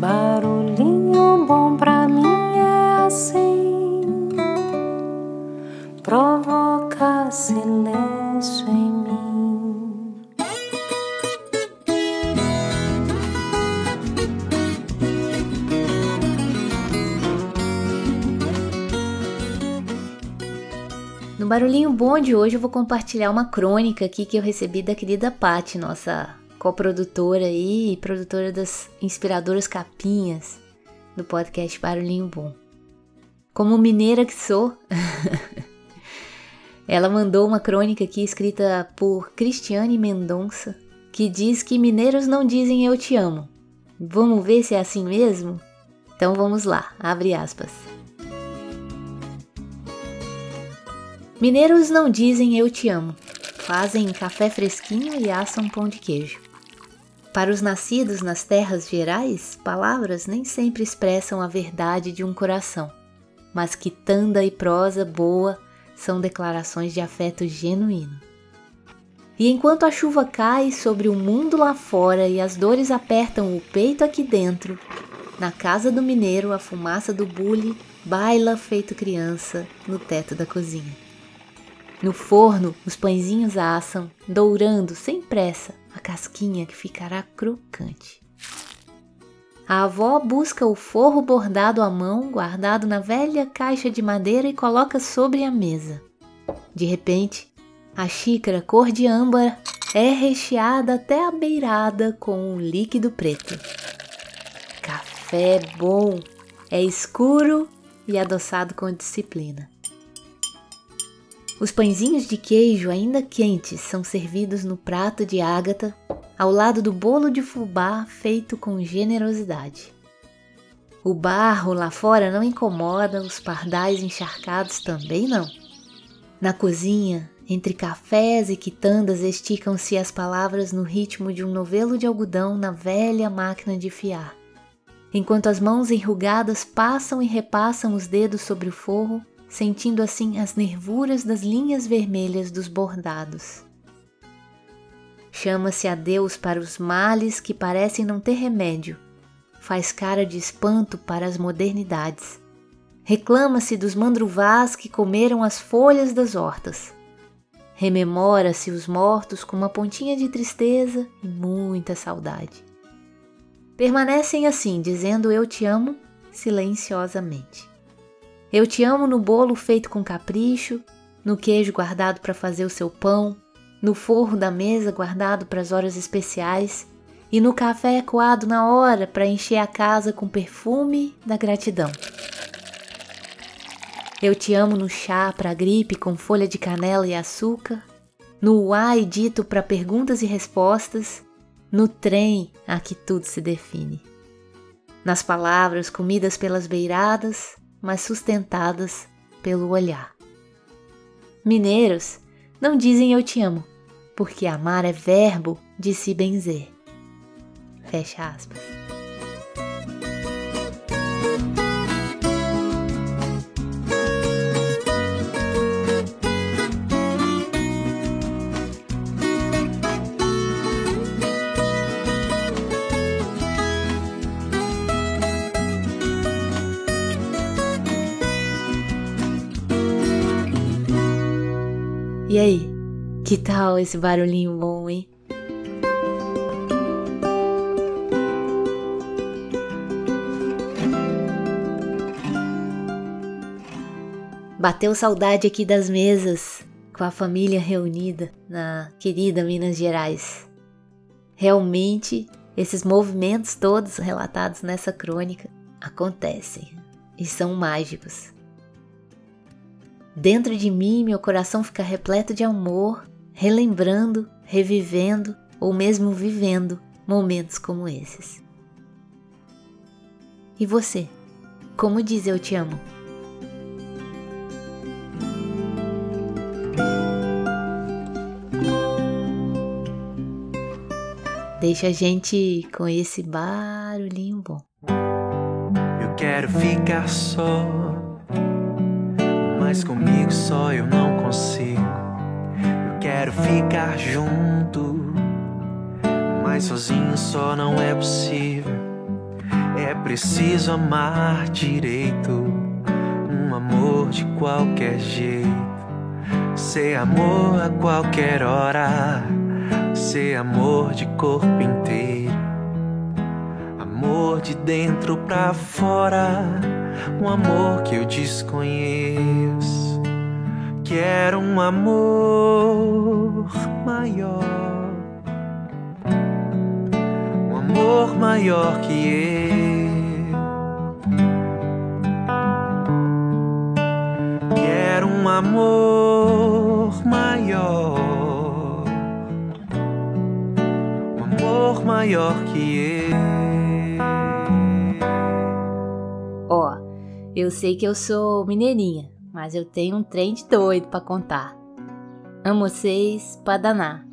Barulhinho bom pra mim é assim, provoca silêncio em mim. No Barulhinho Bom de hoje eu vou compartilhar uma crônica aqui que eu recebi da querida Paty, nossa coprodutora e produtora das inspiradoras capinhas do podcast Barulhinho Bom. Como mineira que sou, ela mandou uma crônica aqui escrita por Cristiane Mendonça, que diz que mineiros não dizem eu te amo. Vamos ver se é assim mesmo? Então vamos lá, abre aspas. Mineiros não dizem eu te amo, fazem café fresquinho e assam pão de queijo. Para os nascidos nas terras gerais, palavras nem sempre expressam a verdade de um coração, mas quitanda e prosa boa são declarações de afeto genuíno. E enquanto a chuva cai sobre o mundo lá fora e as dores apertam o peito aqui dentro, na casa do mineiro a fumaça do bule baila feito criança no teto da cozinha. No forno, os pãezinhos assam, dourando sem pressa a casquinha que ficará crocante. A avó busca o forro bordado à mão, guardado na velha caixa de madeira e coloca sobre a mesa. De repente, a xícara cor de âmbar é recheada até a beirada com um líquido preto. Café bom, é escuro e adoçado com disciplina. Os pãezinhos de queijo ainda quentes são servidos no prato de ágata, ao lado do bolo de fubá feito com generosidade. O barro lá fora não incomoda, os pardais encharcados também não. Na cozinha, entre cafés e quitandas, esticam-se as palavras no ritmo de um novelo de algodão na velha máquina de fiar. Enquanto as mãos enrugadas passam e repassam os dedos sobre o forro, sentindo assim as nervuras das linhas vermelhas dos bordados. Chama-se a Deus para os males que parecem não ter remédio. Faz cara de espanto para as modernidades. Reclama-se dos mandruvás que comeram as folhas das hortas. Rememora-se os mortos com uma pontinha de tristeza e muita saudade. Permanecem assim, dizendo eu te amo silenciosamente. Eu te amo no bolo feito com capricho, no queijo guardado para fazer o seu pão, no forro da mesa guardado para as horas especiais e no café coado na hora para encher a casa com perfume da gratidão. Eu te amo no chá para gripe com folha de canela e açúcar, no uai dito para perguntas e respostas, no trem a que tudo se define. Nas palavras comidas pelas beiradas, mas sustentadas pelo olhar. Mineiros não dizem eu te amo, porque amar é verbo de se benzer. Fecha aspas. E aí, que tal esse barulhinho bom, hein? Bateu saudade aqui das mesas, com a família reunida na querida Minas Gerais. Realmente, esses movimentos todos relatados nessa crônica acontecem e são mágicos. Dentro de mim, meu coração fica repleto de amor, relembrando, revivendo ou mesmo vivendo momentos como esses. E você? Como diz eu te amo? Deixa a gente com esse barulhinho bom. Eu quero ficar só, mas comigo só eu não consigo. Eu quero ficar junto, mas sozinho só não é possível. É É preciso amar direito, um amor de qualquer jeito, ser amor a qualquer hora, ser amor de corpo inteiro, amor de dentro pra fora, um amor que eu desconheço. Quero um amor maior, um amor maior que eu. Quero um amor maior, um amor maior que eu. Ó, eu sei que eu sou mineirinha, mas eu tenho um trem de doido pra contar. Amo vocês pra danar.